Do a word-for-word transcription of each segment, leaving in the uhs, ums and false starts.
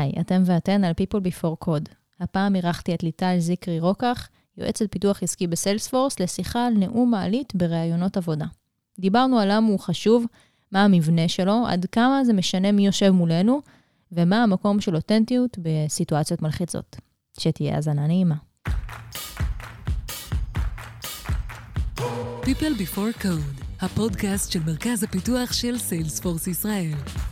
היי, אתם ואתן על People Before Code. הפעם אירחתי את ליטל זיקרי רוקח, יועצת פיתוח עסקי בסיילספורס, לשיחה על נאום מעלית בראיונות עבודה. דיברנו על למה הוא חשוב, מה המבנה שלו, עד כמה זה משנה מי יושב מולנו, ומה המקום של אותנטיות בסיטואציות מלחיצות. שתהיה האזנה נעימה. People Before Code, הפודקאסט של מרכז הפיתוח של סיילספורס ישראל.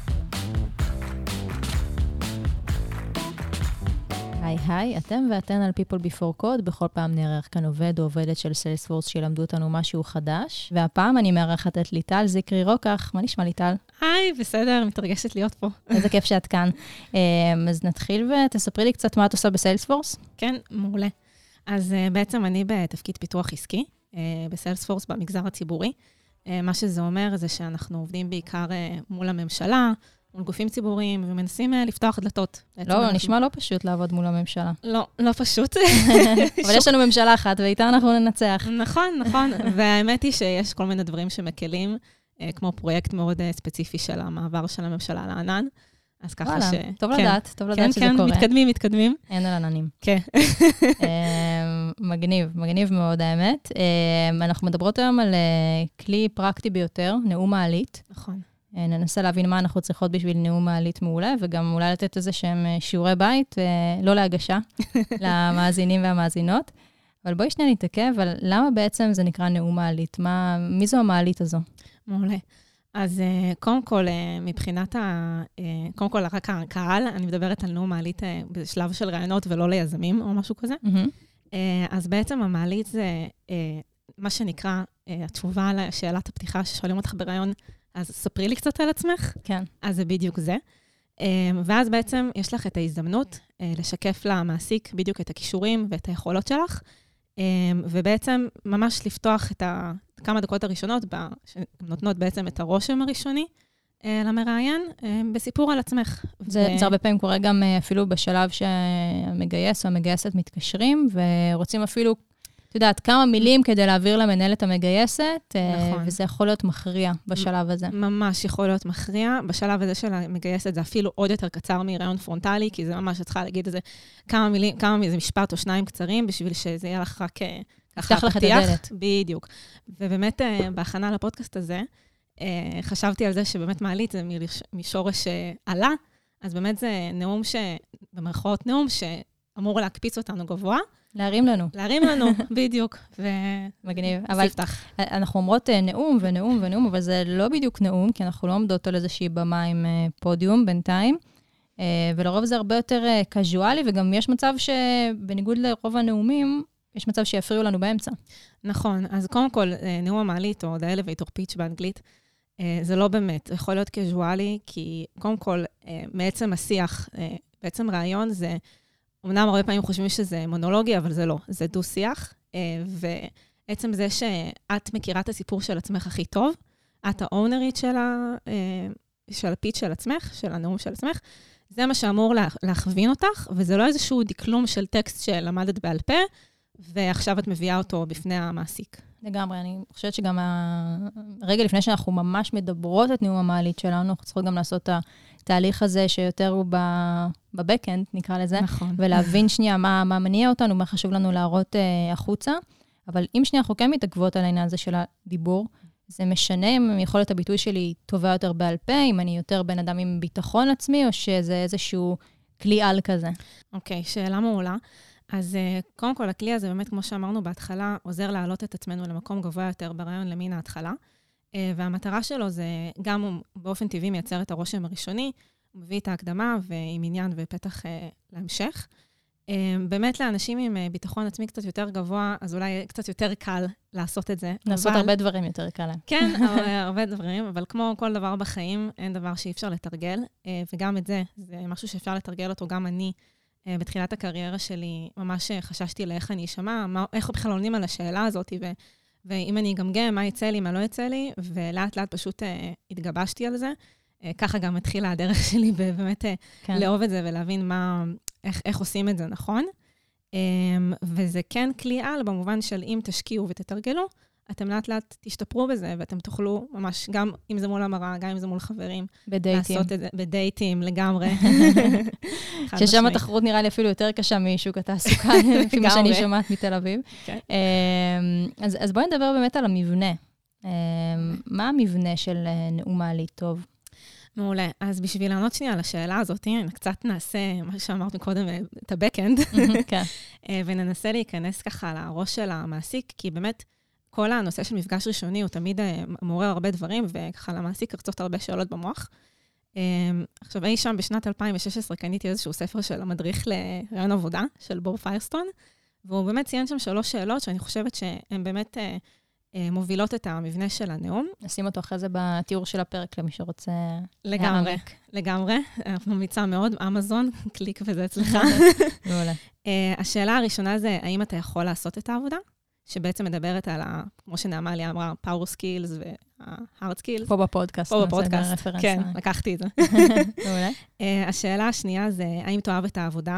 היי היי, אתם ואתן על People Before Code, בכל פעם נערך כאן עובד או עובדת של סיילספורס שילמדו אותנו משהו חדש, והפעם אני מארחת את ליטל זיקרי רוקח. מה נשמע ליטל? היי, בסדר, מתרגשת להיות פה. איזה כיף שאת כאן. אז נתחיל ותספרי לי קצת מה את עושה בסיילספורס. כן, מעולה. אז בעצם אני בתפקיד פיתוח עסקי, בסיילספורס במגזר הציבורי. מה שזה אומר זה שאנחנו עובדים בעיקר מול הממשלה, מול גופים ציבוריים, ומנסים לפתוח דלתות. לא, נשמע לא פשוט לעבוד מול הממשלה. לא, לא פשוט. אבל יש לנו ממשלה אחת, ואיתה אנחנו ננצח. נכון, נכון. והאמת היא שיש כל מיני דברים שמקלים, כמו פרויקט מאוד ספציפי של המעבר של הממשלה לענן. אז ככה ש... טוב לדעת, טוב לדעת שזה קורה. קורה. כן, כן, מתקדמים, מתקדמים. אין על עננים. כן. מגניב, מגניב מאוד האמת. אנחנו מדברות היום על כלי פרקטי ביותר, נאום מעלית. נכון. ננסה להבין מה אנחנו צריכות בשביל נאום מעלית מעולה, וגם אולי לתת איזה שהם שיעורי בית, לא להגשה, למאזינים והמאזינות. אבל בואי שניה נתעכב, אבל למה בעצם זה נקרא נאום מעלית? מה, מי זו המעלית הזו? מעולה. אז קודם כל, מבחינת ה... קודם כל, רק הקהל, אני מדברת על נאום מעלית בשלב של רעיונות ולא ליזמים או משהו כזה. אז בעצם המעלית זה מה שנקרא התשובה לשאלת הפתיחה ששואלים אותך ברעיון, אז ספרי לי קצת על עצמך. כן. אז זה בדיוק זה. ואז בעצם יש לך את ההזדמנות לשקף למעסיק בדיוק את הכישורים ואת היכולות שלך, ובעצם ממש לפתוח את כמה דקות הראשונות, שנותנות בעצם את הרושם הראשוני למראיין, בסיפור על עצמך. זה, ו... זה הרבה פעמים קורה גם אפילו בשלב שהמגייס או המגייסת מתקשרים, ורוצים אפילו, את יודעת, כמה מילים כדי להעביר למנהלת המגייסת, נכון. וזה יכול להיות מכריע בשלב הזה. ממש יכול להיות מכריע. בשלב הזה של המגייסת זה אפילו עוד יותר קצר מרעיון פרונטלי, כי זה ממש צריכה להגיד איזה כמה מילים, כמה מאיזה משפט או שניים קצרים, בשביל שזה יהיה לך רק ככה לך את הדלת. בדיוק. ובאמת, בהכנה לפודקאסט הזה, חשבתי על זה שבאמת מעלית זה משורש עלה, אז באמת זה נאום ש... במרכאות נאום שאמור להקפיץ אותנו גבוה, להרים לנו. להרים לנו, בדיוק. מגניב. אבל אנחנו אומרות נאום ונאום ונאום, אבל זה לא בדיוק נאום, כי אנחנו לא עומדות על איזושהי במה עם פודיום בינתיים, ולרוב זה הרבה יותר קזואלי, וגם יש מצב שבניגוד לרוב הנאומים, יש מצב שיפריעו לנו באמצע. נכון. אז קודם כל, נאום המעלית, או the elevator pitch באנגלית, זה לא באמת. זה יכול להיות קזואלי, כי קודם כל, מעצם השיח, בעצם רעיון זה... אמנם הרבה פעמים חושבים שזה מונולוגי, אבל זה לא. זה דו-שיח, ועצם זה שאת מכירה את הסיפור של עצמך הכי טוב, את האונרית של, ה, של הפיץ' של עצמך, של הנאום של עצמך, זה מה שאמור להכווין אותך, וזה לא איזשהו דקלום של טקסט שלמדת בעל פה, ועכשיו את מביאה אותו בפני המעסיק. לגמרי, אני חושבת שגם הרגע לפני שאנחנו ממש מדברות את נאום המעלית שלנו, אנחנו צריכות גם לעשות את התהליך הזה שיותר הוא בבקאנד, נקרא לזה, נכון. ולהבין שנייה מה, מה מניע אותנו, מה חשוב לנו להראות uh, החוצה. אבל אם שנייה אנחנו כן מתעכבות על העניין הזה של הדיבור, זה משנה אם יכולת הביטוי שלי טובה יותר בעל פה, אם אני יותר בן אדם עם ביטחון עצמי, או שזה איזשהו כלי על כזה. אוקיי, okay, שאלה מעולה. אז uh, קודם כל, הכלי הזה באמת, כמו שאמרנו בהתחלה, עוזר להעלות את עצמנו למקום גבוה יותר ברעיון למין ההתחלה. Uh, והמטרה שלו זה גם באופן טבעי מייצר את הרושם הראשוני, הוא מביא את ההקדמה ועם עניין ופתח uh, להמשך. Uh, באמת לאנשים עם uh, ביטחון עצמי קצת יותר גבוה, אז אולי קצת יותר קל לעשות את זה. לעשות אבל... הרבה דברים יותר קל. כן, הרבה דברים, אבל כמו כל דבר בחיים, אין דבר שאי אפשר לתרגל, uh, וגם את זה, זה משהו שאפשר לתרגל אותו, גם אני, בתחילת הקריירה שלי, ממש חששתי לאיך אני אשמע, איך בכלל עונים על השאלה הזאת, ו, ואם אני אגמגם, מה יצא לי, מה לא יצא לי, ולאט לאט פשוט uh, התגבשתי על זה. Uh, ככה גם התחילה הדרך שלי, באמת כן. לאהוב את זה ולהבין מה, איך, איך עושים את זה נכון. Um, וזה כן כלי על, במובן של אם תשקיעו ותתרגלו, אתם לאט לאט תשתפרו בזה, ואתם תוכלו ממש, גם אם זה מול המראה, גם אם זה מול חברים, בדייטים. לעשות את זה, בדייטים לגמרי. ששם התחרות נראה לי אפילו יותר קשה משוק התעסוקה, לפי מה שאני שומעת מתל אביב. אז בואי נדבר באמת על המבנה. מה המבנה של נאום מעלית טוב? מעולה. אז בשביל לענות שנייה על השאלה הזאת, אני קצת נעשה, מה שאמרת מקודם, את הבקאנד, וננסה להיכנס ככה לראש של המעסיק, כי באמת כל הנושא של מפגש ראשוני הוא תמיד מעורר הרבה דברים, וככה למעסיק רצות הרבה שאלות במוח. עכשיו, אי שם בשנת אלפיים ושש עשרה קניתי איזשהו ספר של המדריך לרעיון עבודה, של בור פיירסטון, והוא באמת ציין שם שלוש שאלות, שאני חושבת שהן באמת מובילות את המבנה של הנאום. נשים אותו אחרי זה בתיאור של הפרק, למי שרוצה לגמרי, לגמרי. אנחנו ממליצה מאוד, אמזון, קליק וזה אצלך. מעולה. השאלה הראשונה זה, האם אתה יכול לעשות את העבודה? שבעצם מדברת על, כמו שנעמה לי אמרה, power skills ו-hard skills. פה בפודקאסט. פה בפודקאסט, כן, לקחתי את זה. מעולה. השאלה השנייה זה, האם תאהב את העבודה,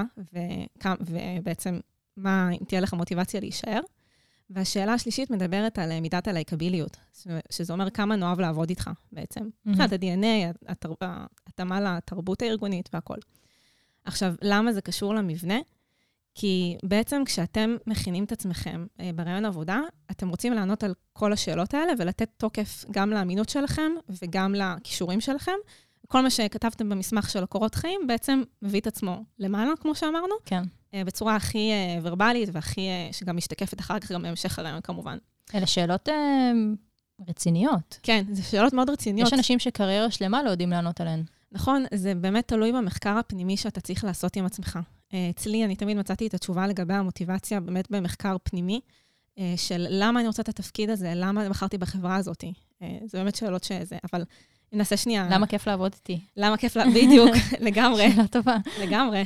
ובעצם, מה, אם תהיה לך מוטיבציה להישאר? והשאלה השלישית מדברת על מידת הלייקביליות, שזה אומר כמה נאהב לעבוד איתך בעצם. מבחינת ה-די אן איי, התאמה לתרבות הארגונית והכל. עכשיו, למה זה קשור למבנה? כי בעצם כשאתם מכינים את עצמכם ברעיון עבודה, אתם רוצים לענות על כל השאלות האלה ולתת תוקף גם לאמינות שלכם וגם לכישורים שלכם. כל מה שכתבתם במסמך של הקורות חיים בעצם מביא את עצמו למעלה, כמו שאמרנו. כן. בצורה הכי ורבלית והכי, שגם משתקפת אחר כך גם בהמשך הרעיון כמובן. אלה שאלות רציניות. כן, זה שאלות מאוד רציניות. יש אנשים שקריירה שלמה לא יודעים לענות עליהן. נכון, זה באמת תלוי במחקר הפנימי שאתה צריך לעשות עם עצמך. אצלי אני תמיד מצאתי את התשובה לגבי המוטיבציה, באמת במחקר פנימי, של למה אני רוצה את התפקיד הזה, למה בחרתי בחברה הזאת. זה באמת שאלות שזה, אבל ננסה שנייה. למה כיף לעבוד איתי? למה כיף לעבוד, בדיוק, לגמרי. שאלה טובה. לגמרי.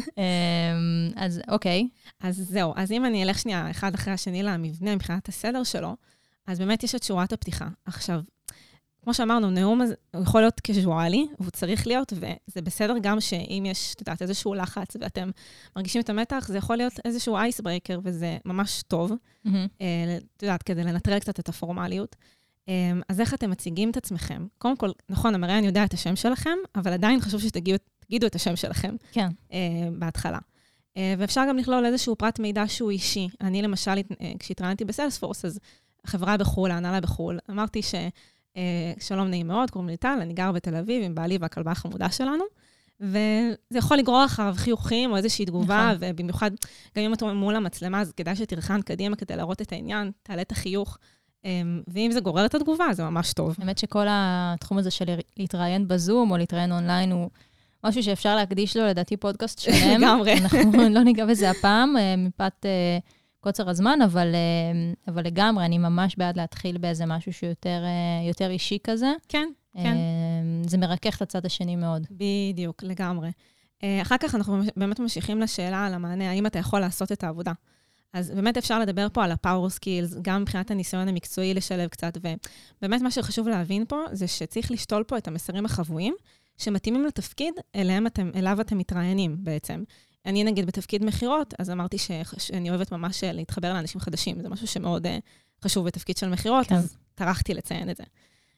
אז אוקיי. אז זהו, אז אם אני אלך שנייה אחד אחרי השני למבנה מבחינת הסדר שלו, אז באמת יש את שורת הפתיחה. עכשיו, כמו שאמרנו, נאום הוא יכול להיות קזואלי, והוא צריך להיות, וזה בסדר גם שאם יש, את יודעת, איזשהו לחץ, ואתם מרגישים את המתח, זה יכול להיות איזשהו אייסברייקר, וזה ממש טוב, את יודעת, כדי לנטרל קצת את הפורמליות. אז איך אתם מציגים את עצמכם? קודם כל, נכון, המראיין יודע את השם שלכם, אבל עדיין חשוב שתגידו את השם שלכם. כן. בהתחלה. ואפשר גם לכלול איזשהו פרט מידע שהוא אישי. אני למשל, כשהתראיינתי בסיילספורס, אז החברה בחול, ההנהלה בחול, אמרתי ש שלום נעים מאוד, קוראים לי טל, אני גר בתל אביב עם בעלי והכלבה החמודה שלנו, וזה יכול לגרור אחריו חיוכים או איזושהי תגובה, ובמיוחד, גם אם אתה מול המצלמה, אז כדאי שתרחן קדימה כדי להראות את העניין, תעלה את החיוך, ואם זה גורר את התגובה, זה ממש טוב. באמת שכל התחום הזה של להתראיין בזום או להתראיין אונליין הוא משהו שאפשר להקדיש לו, לדעתי פודקאסט שלם. לגמרי. אנחנו לא ניגע בזה הפעם, מפאת קוצר הזמן, אבל, אבל לגמרי, אני ממש בעד להתחיל באיזה משהו שיותר יותר אישי כזה. כן, כן. זה מרכך את הצד השני מאוד. בדיוק, לגמרי. אחר כך אנחנו באמת ממשיכים לשאלה על המענה, האם אתה יכול לעשות את העבודה. אז באמת אפשר לדבר פה על ה-power skills, גם מבחינת הניסיון המקצועי לשלב קצת, ובאמת מה שחשוב להבין פה, זה שצריך לשתול פה את המסרים החבויים, שמתאימים לתפקיד, אליהם אתם, אליו אתם מתראיינים בעצם. אני נגיד בתפקיד מחירות, אז אמרתי שאני אוהבת ממש להתחבר לאנשים חדשים, זה משהו שמאוד חשוב בתפקיד של מחירות, אז טרחתי לציין את זה.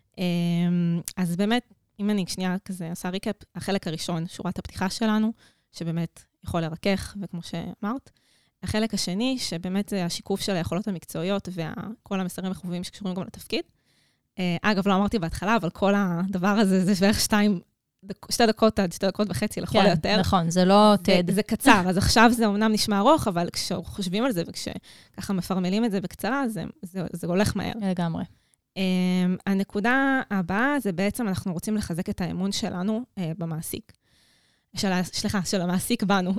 אז באמת, אם אני שנייה כזה עושה ריקאפ, החלק הראשון, שורת הפתיחה שלנו, שבאמת יכול לרכך, וכמו שאמרת, החלק השני, שבאמת זה השיקוף של היכולות המקצועיות, וכל המסרים החבויים שקשורים גם לתפקיד. אגב, לא אמרתי בהתחלה, אבל כל הדבר הזה, זה בערך שתיים, שתי דקות עד שתי דקות וחצי לכל היותר. כן, נכון, זה לא תד. זה קצר, אז עכשיו זה אומנם נשמע ארוך, אבל כשחושבים על זה, וכשככה מפרמלים את זה בקצרה, זה הולך מהר. לגמרי. הנקודה הבאה, זה בעצם אנחנו רוצים לחזק את האמון שלנו במעסיק. סליחה, של המעסיק בנו.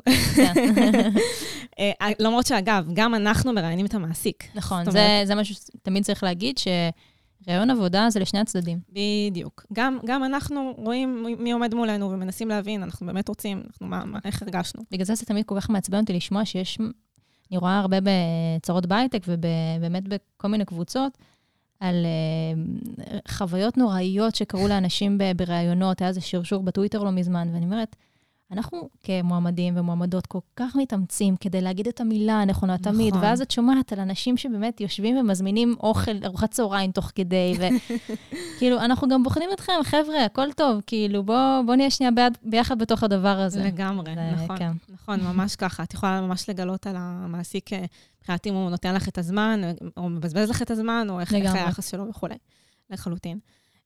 למרות שאגב, גם אנחנו מראיינים את המעסיק. נכון, זה משהו שתמיד צריך להגיד, שראיון עבודה זה לשני הצדדים. בדיוק. גם אנחנו רואים מי עומד מולנו ומנסים להבין, אנחנו באמת רוצים, איך הרגשנו. בגלל זה זה תמיד כל כך מעצבן אותי לשמוע שיש, אני רואה הרבה בצרות בהייטק ובאמת בכל מיני קבוצות, על חוויות נוראיות שקרו לאנשים בראיונות, היה איזה שרשור בטוויטר לא מזמן, ואני אומרת, אנחנו כמועמדים ומועמדות כל כך מתאמצים כדי להגיד את המילה הנכונה תמיד, נכון. ואז את שומעת על אנשים שבאמת יושבים ומזמינים אוכל, ארוחת צהריים תוך כדי, וכאילו, אנחנו גם בוחנים אתכם, חבר'ה, הכל טוב, כאילו, בוא, בוא נהיה שנייה ביד, ביחד בתוך הדבר הזה. לגמרי, ו- נכון. כן. נכון, ממש ככה. את יכולה ממש לגלות על המעסיק, מבחינת אם הוא נותן לך את הזמן, או מבזבז לך את הזמן, או איך, איך היחס שלו וכו'. לחלוטין.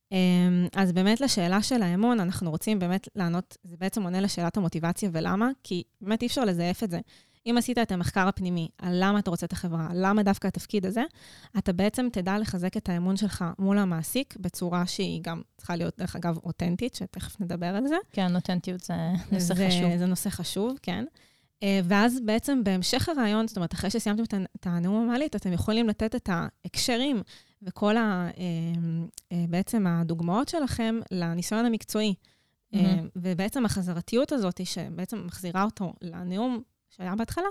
אז באמת לשאלה של האמון, אנחנו רוצים באמת לענות, זה בעצם עונה לשאלת המוטיבציה ולמה, כי באמת אי אפשר לזייף את זה. אם עשית את המחקר הפנימי, על למה אתה רוצה את החברה, למה דווקא התפקיד הזה, אתה בעצם תדע לחזק את האמון שלך מול המעסיק, בצורה שהיא גם צריכה להיות, דרך אגב, אותנטית, שתכף נדבר על זה. כן, אותנטיות זה נושא זה, חשוב. זה נושא חשוב, כן. ואז בעצם בהמשך הרעיון, זאת אומרת, אחרי שסיימתם את הנאום המעלית, אתם יכולים לתת את ההקשרים וכל ה, בעצם הדוגמאות שלכם לניסיון המקצועי. Mm-hmm. ובעצם החזרתיות הזאת, שבעצם מחזירה אותו לנאום שהיה בהתחלה,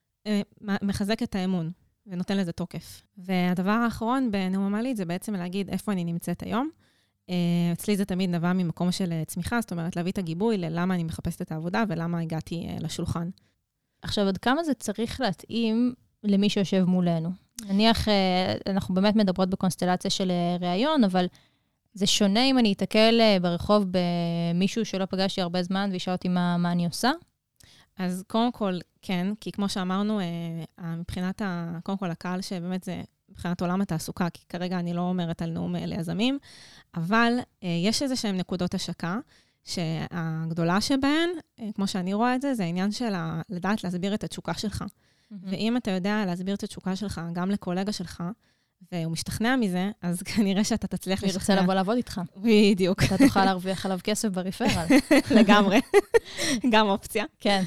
מחזק את האמון ונותן לזה תוקף. והדבר האחרון בנאום המעלית זה בעצם להגיד איפה אני נמצאת היום. אצלי זה תמיד נבע ממקום של צמיחה, זאת אומרת, להביא את הגיבוי ללמה אני מחפשת את העבודה ולמה הגעתי לשולחן. עכשיו, עד כמה זה צריך להתאים למי שיושב מולנו? נניח, אנחנו באמת מדברות בקונסטלציה של ראיון, אבל זה שונה אם אני אתקל ברחוב במישהו שלא פגשתי הרבה זמן, וישאל אותי מה, מה אני עושה? אז קודם כל, כן, כי כמו שאמרנו, מבחינת, ה, קודם כל, הקהל שבאמת זה, מבחינת עולם התעסוקה, כי כרגע אני לא אומרת על נאום ליזמים, אבל יש איזה שהן נקודות השקה, שהגדולה שבהן, כמו שאני רואה את זה, זה העניין של לדעת להסביר את התשוקה שלך. ואם אתה יודע להסביר את התשוקה שלך גם לקולגה שלך, והוא משתכנע מזה, אז כנראה שאתה תצליח לשכנע. אני רוצה לבוא לעבוד איתך. בדיוק. אתה תוכל להרוויח עליו כסף בריפרל. לגמרי. גם אופציה. כן.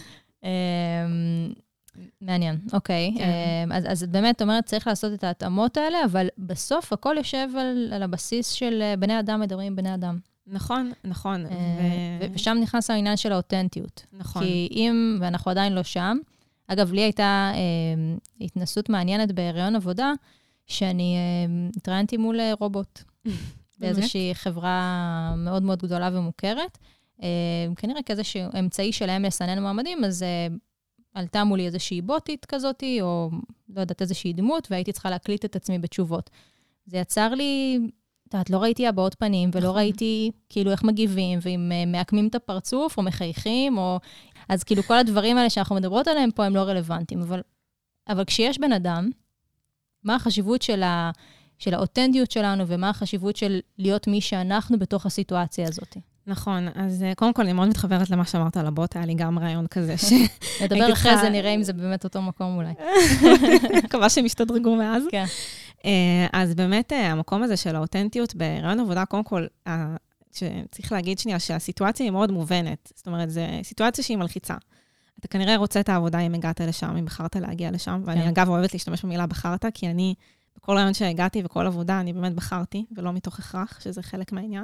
מעניין, אוקיי. אז באמת, את אומרת, צריך לעשות את ההתאמות האלה, אבל בסוף הכל יושב על הבסיס של בני אדם מדברים בני אדם. נכון, נכון. ושם נכנס העניין של האותנטיות. נכון. כי אם, ואנחנו עדיין לא שם, אגב, לי הייתה התנסות מעניינת בהיריון עבודה, שאני התראיינתי מול רובוט, באיזושהי חברה מאוד מאוד גדולה ומוכרת. כנראה כאיזשהו אמצעי שלהם לסנן מועמדים, אז עלתה מולי איזושהי בוטית כזאת, או לא יודעת איזושהי דמות, והייתי צריכה להקליט את עצמי בתשובות. זה יצר לי, לא ראיתי הבעות פנים, ולא ראיתי כאילו איך מגיבים, ואם מעקמים את הפרצוף, או מחייכים, או... אז כאילו כל הדברים האלה שאנחנו מדברות עליהם פה, הם לא רלוונטיים. אבל, אבל כשיש בן אדם, מה החשיבות של, ה, של האותנטיות שלנו, ומה החשיבות של להיות מי שאנחנו בתוך הסיטואציה הזאת? נכון, אז קודם כל אני מאוד מתחברת למה שאמרת על הבוט, היה לי גם רעיון כזה. נדבר אחרי זה, נראה אם זה באמת אותו מקום אולי. מקווה שהם השתדרגו מאז. כן. אז באמת המקום הזה של האותנטיות ברעיון עבודה, קודם כל, שצריך להגיד שנייה שהסיטואציה היא מאוד מובנת. זאת אומרת, זו סיטואציה שהיא מלחיצה. אתה כנראה רוצה את העבודה אם הגעת לשם, אם בחרת להגיע לשם, ואני אגב אוהבת להשתמש במילה בחרת, כי אני, בכל רעיון שהגעתי וכל עבודה, אני באמת בחרתי, ולא מתוך הכרח, שזה חלק מהעניין.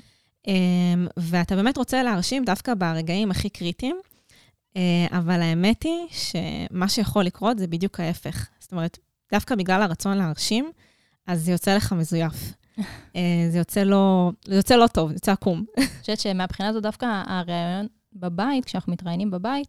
ואתה באמת רוצה להרשים דווקא ברגעים הכי קריטיים, אבל האמת היא שמה שיכול לקרות זה בדיוק ההפך. זאת אומרת, דווקא בגלל הרצון להרשים, אז זה יוצא לך מזויף. זה יוצא לא, זה יוצא לא טוב, זה יוצא עקום. אני חושבת שמהבחינה הזו דווקא הרעיון בבית, כשאנחנו מתראיינים בבית,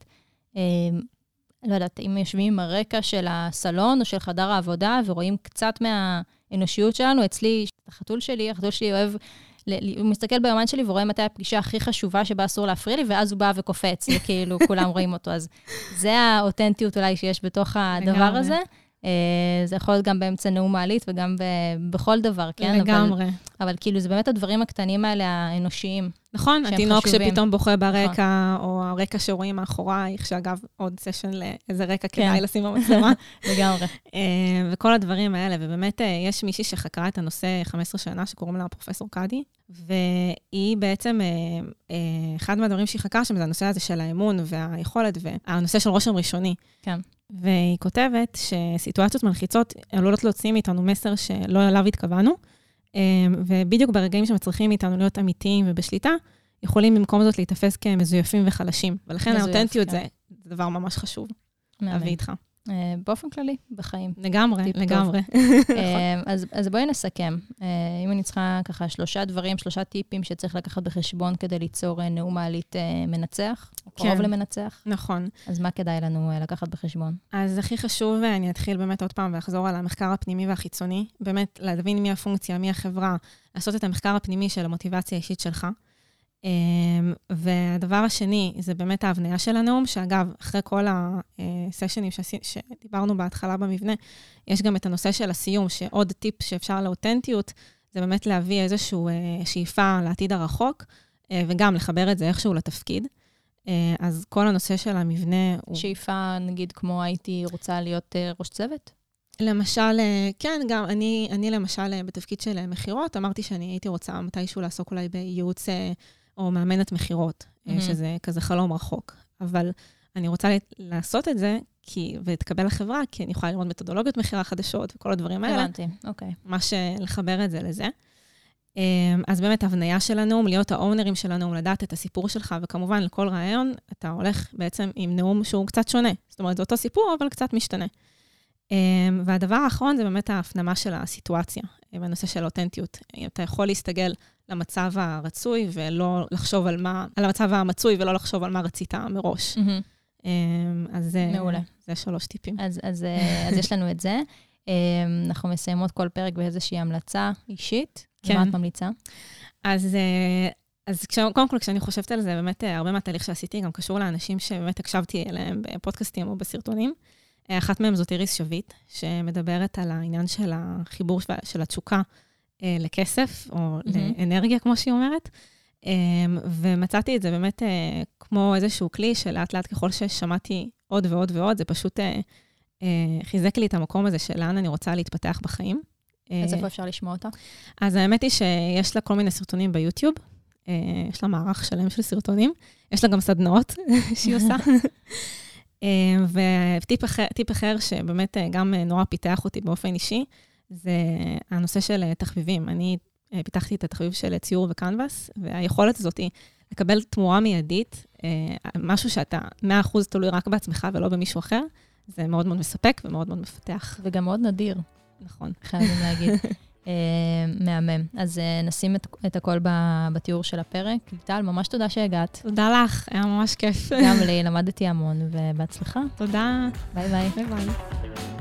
לא יודעת, אם יושבים עם הרקע של הסלון או של חדר העבודה, ורואים קצת מהאנושיות שלנו, אצלי, החתול שלי, החתול שלי אוהב, הוא מסתכל ביומן שלי ורואה מתי הפגישה הכי חשובה שבה אסור להפריע לי, ואז הוא בא וקופץ, וכאילו כולם רואים אותו. אז זה האותנטיות אולי שיש בתוך הדבר הזה. זה יכול להיות גם באמצע נאום מעלית, וגם בכל דבר, כן? לגמרי. אבל, אבל כאילו, זה באמת הדברים הקטנים האלה, האנושיים. נכון, התינוק שפתאום בוכה ברקע, או הרקע שרואים מאחורייך, שאגב, עוד סשן לאיזה רקע כדאי לשים במצלמה. לגמרי. וכל הדברים האלה, ובאמת יש מישהי שחקרה את הנושא חמש עשרה שנה, שקוראים לה פרופסור קאדי, והיא בעצם, אחד מהדברים שהיא חקרה שם, זה הנושא הזה של האמון והיכולת, והנושא של רושם ראשוני. כן. והיא כותבת שסיטואציות מלחיצות עלולות להוציא מאיתנו מסר שלא אליו התכוונו, ובדיוק ברגעים שמצריכים מאיתנו להיות אמיתיים ובשליטה, יכולים במקום זאת להתאפס כמזויפים וחלשים. ולכן האותנטיות זה דבר ממש חשוב להביא איתך. באופן כללי, בחיים. לגמרי, לגמרי. אז, אז בואי נסכם. אם אני צריכה ככה שלושה דברים, שלושה טיפים שצריך לקחת בחשבון כדי ליצור נאום מעלית מנצח, או קרוב למנצח. נכון. אז מה כדאי לנו לקחת בחשבון? אז הכי חשוב, אני אתחיל באמת עוד פעם ולחזור על המחקר הפנימי והחיצוני, באמת להבין מי הפונקציה, מי החברה, לעשות את המחקר הפנימי של המוטיבציה האישית שלך. והדבר השני, זה באמת ההבניה של הנאום, שאגב, אחרי כל הסשנים שדיברנו בהתחלה במבנה, יש גם את הנושא של הסיום, שעוד טיפ שאפשר לאותנטיות, זה באמת להביא איזושהי שאיפה לעתיד הרחוק, וגם לחבר את זה איכשהו לתפקיד. אז כל הנושא של המבנה הוא... שאיפה, נגיד, כמו הייתי רוצה להיות ראש צוות? למשל, כן, גם אני, אני למשל בתפקיד של מחירות, אמרתי שאני הייתי רוצה מתישהו לעסוק אולי בייעוץ או מאמנת מחירות, mm-hmm. שזה כזה חלום רחוק. אבל אני רוצה לעשות את זה, כי, ותקבל לחברה, כי אני יכולה ללמוד מתודולוגיות מחירה חדשות וכל הדברים האלה. הבנתי, אוקיי. ממש לחבר את זה לזה. אז באמת ההבניה של הנאום, להיות האונרים של הנאום, לדעת את הסיפור שלך, וכמובן לכל רעיון, אתה הולך בעצם עם נאום שהוא קצת שונה. זאת אומרת, זה אותו סיפור, אבל קצת משתנה. והדבר האחרון זה באמת ההפנמה של הסיטואציה, בנושא של אותנטיות. אתה יכול להסתגל למצב הרצוי, ולא לחשוב על מה, על המצב המצוי, ולא לחשוב על מה רצית מראש. אז מעולה. זה שלוש טיפים. אז, אז, אז יש לנו את זה. אנחנו מסיימות כל פרק באיזושהי המלצה אישית. כן. מה את ממליצה? אז, אז כש, קודם כל, כשאני חושבת על זה, באמת הרבה מהתהליך שעשיתי, גם קשור לאנשים שבאמת הקשבתי אליהם בפודקאסטים או בסרטונים. אחת מהם זאת איריס שביט, שמדברת על העניין של החיבור של התשוקה לכסף, או mm-hmm. לאנרגיה, כמו שהיא אומרת. ומצאתי את זה באמת כמו איזשהו כלי, שלאט לאט ככל ששמעתי עוד ועוד ועוד, זה פשוט חיזק לי את המקום הזה של לאן אני רוצה להתפתח בחיים. אז איפה אפשר לשמוע אותה? אז האמת היא שיש לה כל מיני סרטונים ביוטיוב, יש לה מערך שלם של סרטונים, יש לה גם סדנאות שהיא עושה. וטיפ אחר, טיפ אחר שבאמת גם נורא פיתח אותי באופן אישי, זה הנושא של תחביבים. אני פיתחתי את התחביב של ציור וקנבס, והיכולת הזאת היא לקבל תמורה מיידית, משהו שאתה מאה אחוז תלוי רק בעצמך ולא במישהו אחר, זה מאוד מאוד מספק ומאוד מאוד מפתח. וגם מאוד נדיר. נכון. חייבים להגיד. מהמם. אז נשים את, את הכל בתיאור של הפרק. ליטל, ממש תודה שהגעת. תודה לך, היה ממש כיף. גם לי, למדתי המון, ובהצלחה. תודה. ביי ביי. ביי ביי.